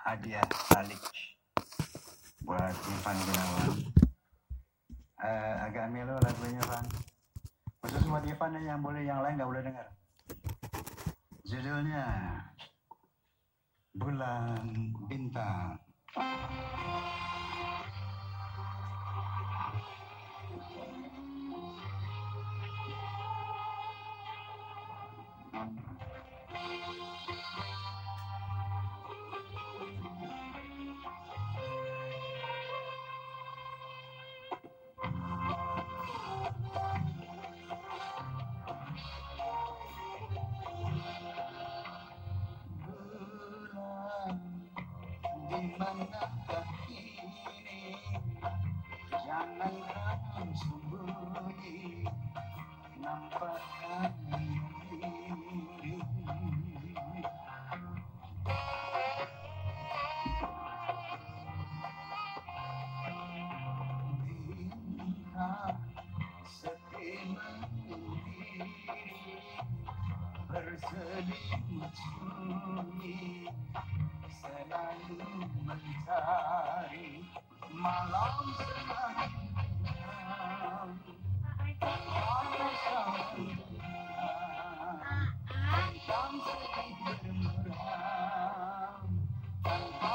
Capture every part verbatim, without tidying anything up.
hadiah balik buat Ivan Gunawan. Uh, agak melo lagunya, Van. Khusus buat Ivan yang boleh, yang lain nggak boleh dengar. Judulnya Bulan Bintang. Dimanakah ini, jangan kamu sembunyi, nampakkan diri. Bintang setimah diri, berselimut sunyi, selalu mencari malam semakin gelap, tanpa kesalahan, bintang sedih bermeram, tanpa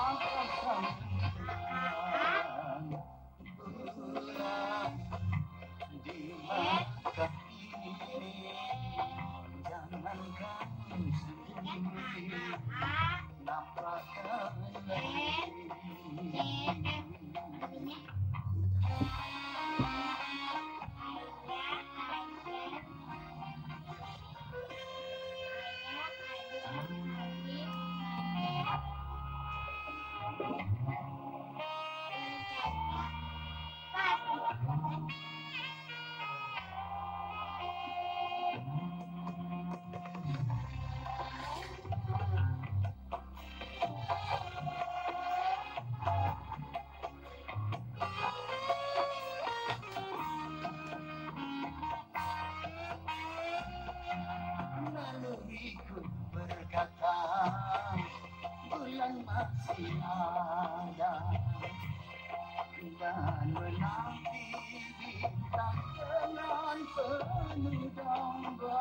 kesalahan. Bulan di mata ini, jangan kamu sendiri, nampakkan lagi. Lalu ikut berkata, bulan masih ada, dan menanti bintang dengan penuh damba.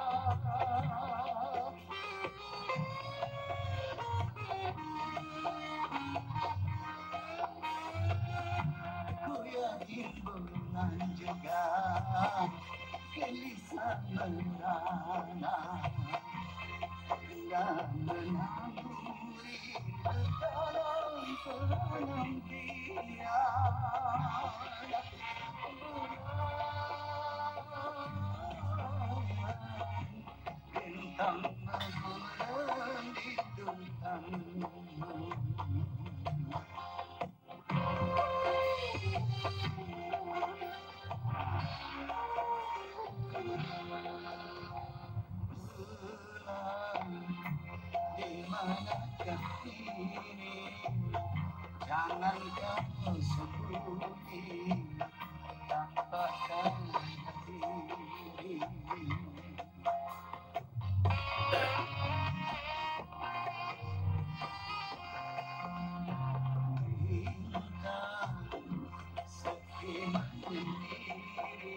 Ku yakin bulan juga gelisah merana dan menaburi dalam-dalam dia. Bintang bulan bintang. Dimanakah ini, jangan kamu sembunyi, tampakkan diri. Bintang setimah diri,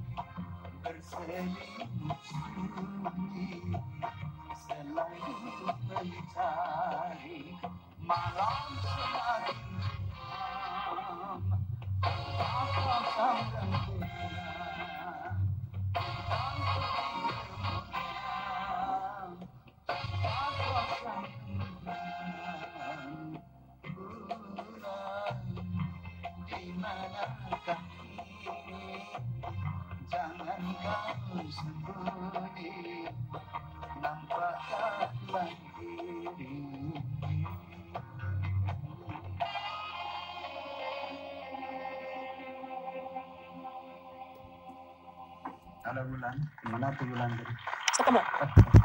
berselimut sunyi, selalu mencari malam semakin malam, tanpa sambang bulan, bintang sedih bermeram, tanpa sambang bulan. Bulan dimanakah ini, jangan kamu sembunyi, nampakkan diri. Halo Bulan, kemana tuh Bulan tadi? Ketemu.